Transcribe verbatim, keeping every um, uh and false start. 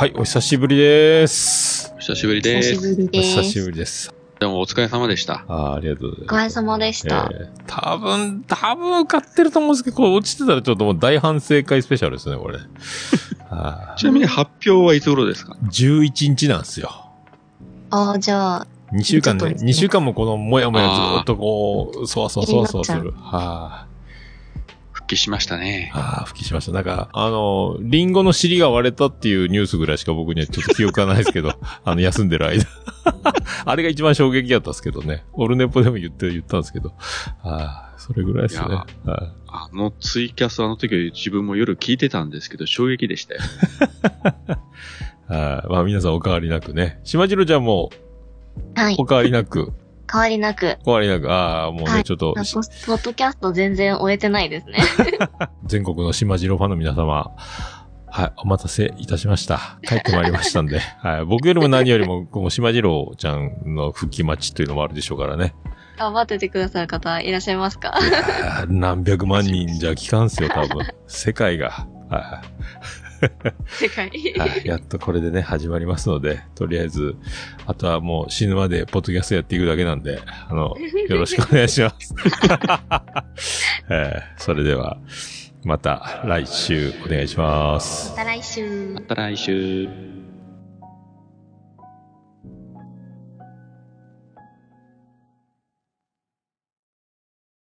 はい、お久しぶりです。 お久しぶりです。 お久しぶりです。 お久しぶりです。 でもお疲れ様でした。 ああ、ありがとうございます。 お疲れ様でした。 えー、多分、多分受かってると思うんですけど、これ落ちてたらちょっともう大反省会スペシャルですね、これ。 あちなみに発表はいつ頃ですか？ じゅういちにちなんですよ。 ああ、じゃあ。 にしゅうかんね、にしゅうかんもこのもやもやずっとこう、そわそわそわそわする。はあ。 復帰しましたね。 ああ、復帰しました。なんか、あの、リンゴの尻が割れたっていうニュースぐらいしか僕にはちょっと記憶がないですけど、あの、休んでる間。あれが一番衝撃だったんですけどね。オルネポでも言って、言ったんですけど。ああ、それぐらいですね。あ, あのツイキャスあの時自分も夜聞いてたんですけど、衝撃でしたよ。 あまあ皆さんお変わりなくね。島次郎ちゃんも、 はい。 お変わりなく。 変わりなく。 変わりなく。ああ、もうね、はい、ちょっと。 ポッドキャスト全然終えてないですね。 全国の島次郎ファンの皆様、はい、お待たせいたしました。帰ってまいりましたんで。はい、僕よりも何よりも、この島次郎ちゃんの復帰待ちというのもあるでしょうからね。 頑張っててくださる方いらっしゃいますか？ いや何百万人じゃ聞かんすよ、多分。世界が。はい世界、 はい。やっとこれでね、始まりますので、とりあえず、あとはもう死ぬまでポッドキャストやっていくだけなんで、あの、よろしくお願いします。えー、それでは、また来週お願いします。 また来週。 また来週。